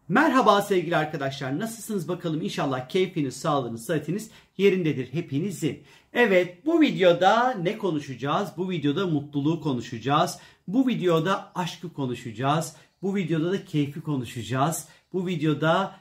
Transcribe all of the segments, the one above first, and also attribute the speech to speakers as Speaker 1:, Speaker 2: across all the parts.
Speaker 1: Merhaba sevgili arkadaşlar. Nasılsınız bakalım? İnşallah keyfiniz, sağlığınız, sıhhatiniz yerindedir hepinizin. Evet, bu videoda ne konuşacağız? Bu videoda mutluluğu konuşacağız. Bu videoda aşkı konuşacağız. Bu videoda da keyfi konuşacağız. Bu videoda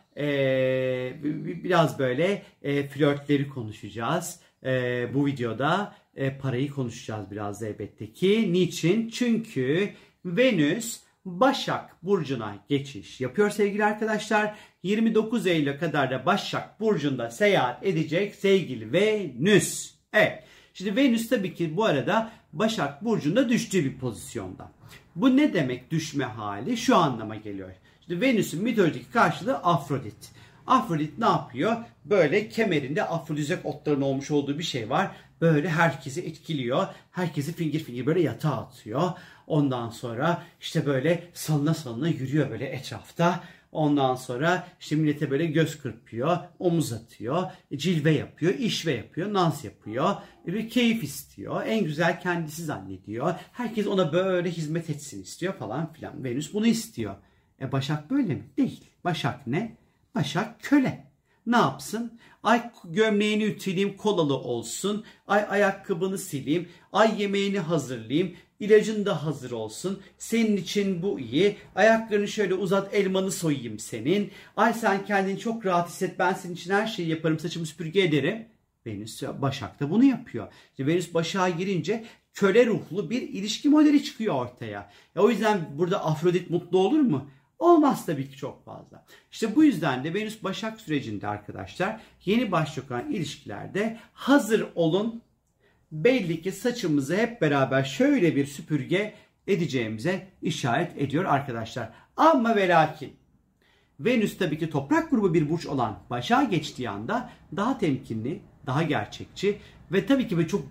Speaker 1: biraz böyle flörtleri konuşacağız. Bu videoda parayı konuşacağız biraz da elbette ki. Niçin? Çünkü Venüs Başak Burcu'na geçiş yapıyor sevgili arkadaşlar. 29 Eylül'e kadar da Başak Burcu'nda seyahat edecek sevgili Venüs. Evet. Şimdi Venüs tabii ki bu arada Başak Burcu'nda düştüğü bir pozisyonda. Bu ne demek düşme hali? Şu anlama geliyor. Şimdi Venüs'ün mitolojik karşılığı Afrodit. Afrodit ne yapıyor? Böyle kemerinde afrodizyak otların olmuş olduğu bir şey var. Böyle herkesi etkiliyor. Herkesi fingir fingir böyle yatağa atıyor. Ondan sonra işte böyle salına salına yürüyor böyle etrafta. Ondan sonra işte millete böyle göz kırpıyor, omuz atıyor, cilve yapıyor, işve yapıyor, naz yapıyor. Bir keyif istiyor. En güzel kendisi zannediyor. Herkes ona böyle hizmet etsin istiyor falan filan. Venüs bunu istiyor. Başak böyle mi? Değil. Başak ne? Başak köle. Ne yapsın? Ay gömleğini ütüleyeyim, kolalı olsun. Ay ayakkabını sileyim. Ay yemeğini hazırlayayım. İlacın da hazır olsun. Senin için bu iyi. Ayaklarını şöyle uzat, elmanı soyayım senin. Ay sen kendini çok rahat hisset. Ben senin için her şeyi yaparım. Saçımı süpürge ederim. Venüs Başak da bunu yapıyor. İşte Venüs Başak'a girince köle ruhlu bir ilişki modeli çıkıyor ortaya. O yüzden burada Afrodit mutlu olur mu? Olmaz tabii ki çok fazla. İşte bu yüzden de Venüs Başak sürecinde arkadaşlar yeni başlayacak olan ilişkilerde hazır olun. Belli ki saçımızı hep beraber şöyle bir süpürge edeceğimize işaret ediyor arkadaşlar. Ama ve lakin Venüs tabii ki toprak grubu bir burç olan Başak'a geçtiği anda daha temkinli, daha gerçekçi ve tabii ki böyle çok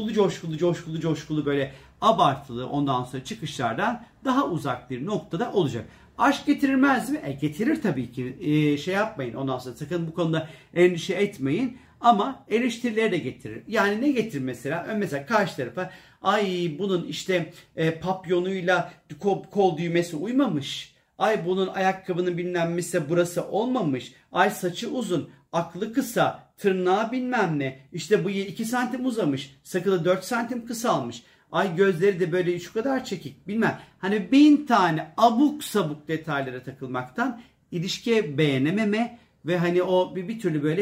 Speaker 1: coşkulu böyle abartılı ondan sonra çıkışlardan daha uzak bir noktada olacak. Aşk getirilmez mi? Getirir tabii ki. Şey yapmayın ondan sonra sakın bu konuda endişe etmeyin. Ama eleştirileri de getirir. Yani ne getirir mesela? Mesela karşı tarafa ay bunun işte papyonuyla kol düğmesi uymamış. Ay bunun ayakkabının bilmem nesi burası olmamış. Ay saçı uzun, aklı kısa, tırnağı bilmem ne. İşte bu 2 santim uzamış, sakalı 4 santim kısalmış. Ay gözleri de böyle şu kadar çekik bilmem. Hani 1000 tane abuk sabuk detaylara takılmaktan ilişkiye beğenememe ve hani o bir türlü böyle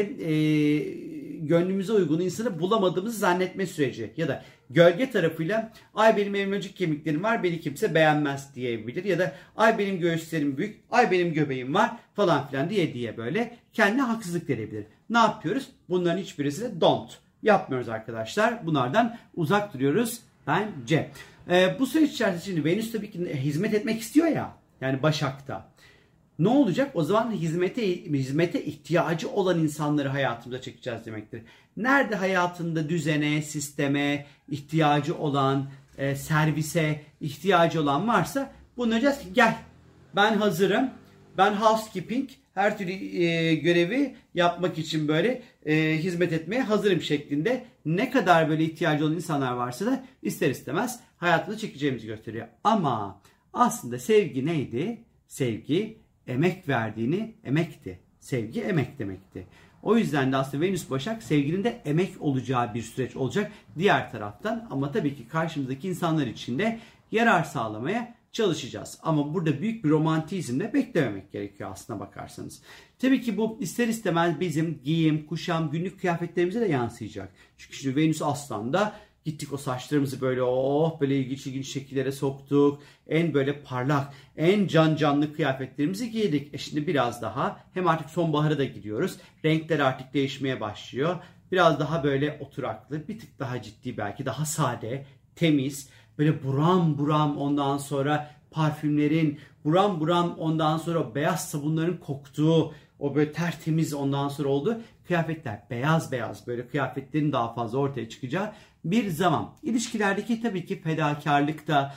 Speaker 1: gönlümüze uygun insanı bulamadığımızı zannetme süreci. Ya da gölge tarafıyla ay benim elmacık kemiklerim var beni kimse beğenmez diyebilir. Ya da ay benim göğüslerim büyük, ay benim göbeğim var falan filan diye böyle kendine haksızlık verebilir. Ne yapıyoruz? Bunların hiçbirisini don't. Yapmıyoruz arkadaşlar. Bunlardan uzak duruyoruz bence. Bu süreç içerisinde şimdi Venüs tabii ki hizmet etmek istiyor ya. Yani Başak'ta. Ne olacak? O zaman hizmete ihtiyacı olan insanları hayatımıza çekeceğiz demektir. Nerede hayatında düzene, sisteme ihtiyacı olan, servise ihtiyacı olan varsa bunu diyeceğiz ki gel ben hazırım. Ben housekeeping her türlü görevi yapmak için böyle hizmet etmeye hazırım şeklinde ne kadar böyle ihtiyacı olan insanlar varsa da ister istemez hayatımıza çekeceğimizi gösteriyor. Ama aslında sevgi neydi? Sevgi emek verdiğini emekti. Sevgi emek demekti. O yüzden de aslında Venüs Başak sevginin de emek olacağı bir süreç olacak diğer taraftan. Ama tabii ki karşımızdaki insanlar için de yarar sağlamaya çalışacağız. Ama burada büyük bir romantizm de beklememek gerekiyor aslına bakarsanız. Tabii ki bu ister istemez bizim giyim, kuşam, günlük kıyafetlerimize de yansıyacak. Çünkü şimdi Venüs Aslan'da gittik o saçlarımızı böyle böyle ilginç şekillere soktuk. En böyle parlak, en canlı kıyafetlerimizi giydik. Şimdi biraz daha hem artık sonbahara da gidiyoruz. Renkler artık değişmeye başlıyor. Biraz daha böyle oturaklı, bir tık daha ciddi belki daha sade, temiz. Böyle buram ondan sonra parfümlerin, buram ondan sonra beyaz sabunların koktuğu, o böyle tertemiz ondan sonra oldu. Kıyafetler beyaz böyle kıyafetlerin daha fazla ortaya çıkacağı bir zaman. İlişkilerdeki tabii ki fedakarlık da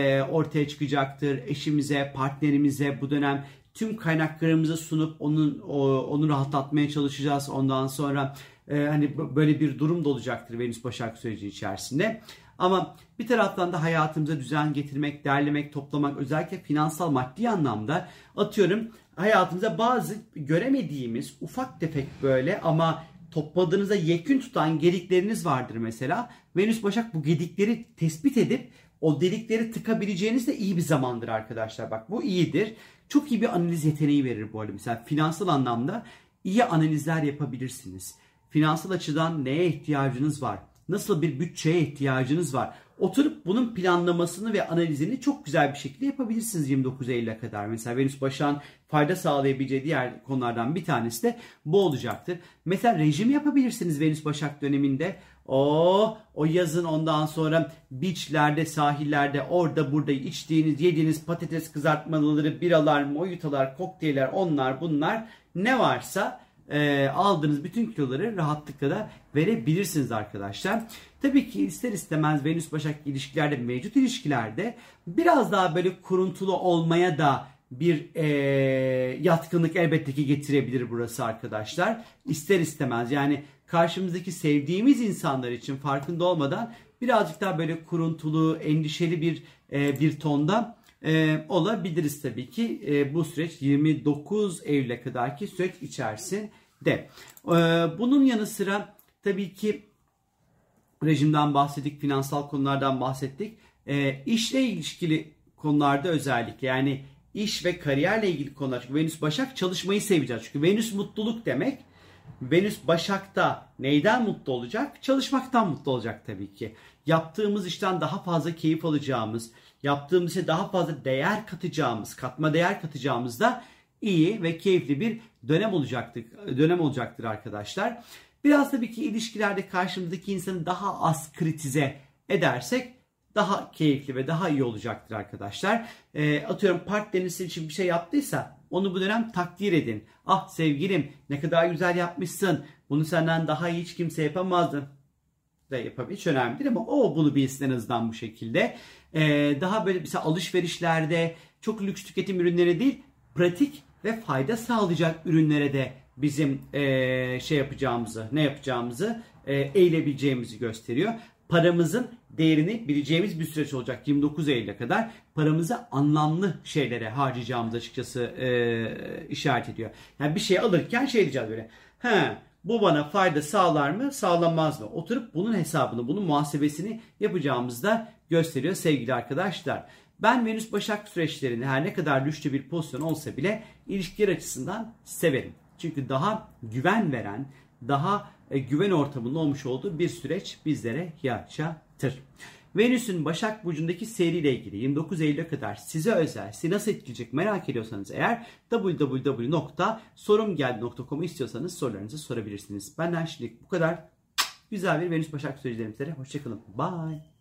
Speaker 1: ortaya çıkacaktır. Eşimize, partnerimize bu dönem tüm kaynaklarımızı sunup onu rahatlatmaya çalışacağız. Ondan sonra hani böyle bir durum da olacaktır Venüs Başak süreci içerisinde. Ama bir taraftan da hayatımıza düzen getirmek, derlemek, toplamak, özellikle finansal maddi anlamda atıyorum hayatımıza bazı göremediğimiz ufak tefek böyle ama topladığınızda yekün tutan gedikleriniz vardır mesela. Venüs Başak bu gedikleri tespit edip o delikleri tıkabileceğiniz de iyi bir zamandır arkadaşlar. Bak bu iyidir. Çok iyi bir analiz yeteneği verir bu arada. Mesela finansal anlamda iyi analizler yapabilirsiniz. Finansal açıdan neye ihtiyacınız var? Nasıl bir bütçeye ihtiyacınız var? Oturup bunun planlamasını ve analizini çok güzel bir şekilde yapabilirsiniz 29 Eylül'e kadar. Mesela Venüs Başak'ın fayda sağlayabileceği diğer konulardan bir tanesi de bu olacaktır. Mesela rejim yapabilirsiniz Venüs Başak döneminde. O yazın ondan sonra beachlerde, sahillerde, orada burada içtiğiniz, yediğiniz patates kızartmaları, biralar, mojitolar, kokteyller, onlar bunlar ne varsa aldığınız bütün kiloları rahatlıkla da verebilirsiniz arkadaşlar. Tabii ki ister istemez Venüs Başak ilişkilerde, mevcut ilişkilerde biraz daha böyle kuruntulu olmaya da bir yatkınlık elbette ki getirebilir burası arkadaşlar. İster istemez yani karşımızdaki sevdiğimiz insanlar için farkında olmadan birazcık daha böyle kuruntulu, endişeli bir tonda olabiliriz tabii ki bu süreç 29 Eylül'e kadarki süreç içerisinde. Bunun yanı sıra tabii ki rejimden bahsettik, finansal konulardan bahsettik. İşle ilişkili konularda özellikle yani iş ve kariyerle ilgili konular. Çünkü Venüs Başak çalışmayı seveceğiz. Çünkü Venüs mutluluk demek. Venüs Başak'ta neyden mutlu olacak? Çalışmaktan mutlu olacak tabii ki. Yaptığımız işten daha fazla keyif alacağımız, yaptığımız işe daha fazla değer katacağımız, katma değer katacağımız da iyi ve keyifli bir dönem olacaktır arkadaşlar. Biraz tabii ki ilişkilerde karşımızdaki insanı daha az kritize edersek daha keyifli ve daha iyi olacaktır arkadaşlar. Atıyorum partneriniz için bir şey yaptıysa onu bu dönem takdir edin. Ah sevgilim ne kadar güzel yapmışsın. Bunu senden daha iyi hiç kimse yapamazdı. Da yapabilir. Hiç önemli değil ama o bunu bilsin en azından bu şekilde. Daha böyle mesela alışverişlerde çok lüks tüketim ürünleri değil pratik ve fayda sağlayacak ürünlere de bizim ne yapacağımızı eğilebileceğimizi gösteriyor. Paramızın değerini bileceğimiz bir süreç olacak 29 Eylül'e kadar. Paramızı anlamlı şeylere harcayacağımız açıkçası işaret ediyor. Yani bir şey alırken şey diyeceğiz böyle. Bu bana fayda sağlar mı, sağlamaz mı? Oturup bunun hesabını, bunun muhasebesini yapacağımızı da gösteriyor sevgili arkadaşlar. Ben Venüs Başak süreçlerini her ne kadar güçlü bir pozisyon olsa bile ilişkiler açısından severim. Çünkü daha güven veren, daha güven ortamının olmuş olduğu bir süreç bizlere yaşatır. Venüs'ün Başak Burcu'ndaki seyriyle ilgili 29 Eylül'e kadar size özel, sizi nasıl etkileyecek merak ediyorsanız eğer www.sorumgeldi.com'u istiyorsanız sorularınızı sorabilirsiniz. Benden şimdilik bu kadar. Güzel bir Venüs Başak süreçlerim size. Hoşçakalın. Bye.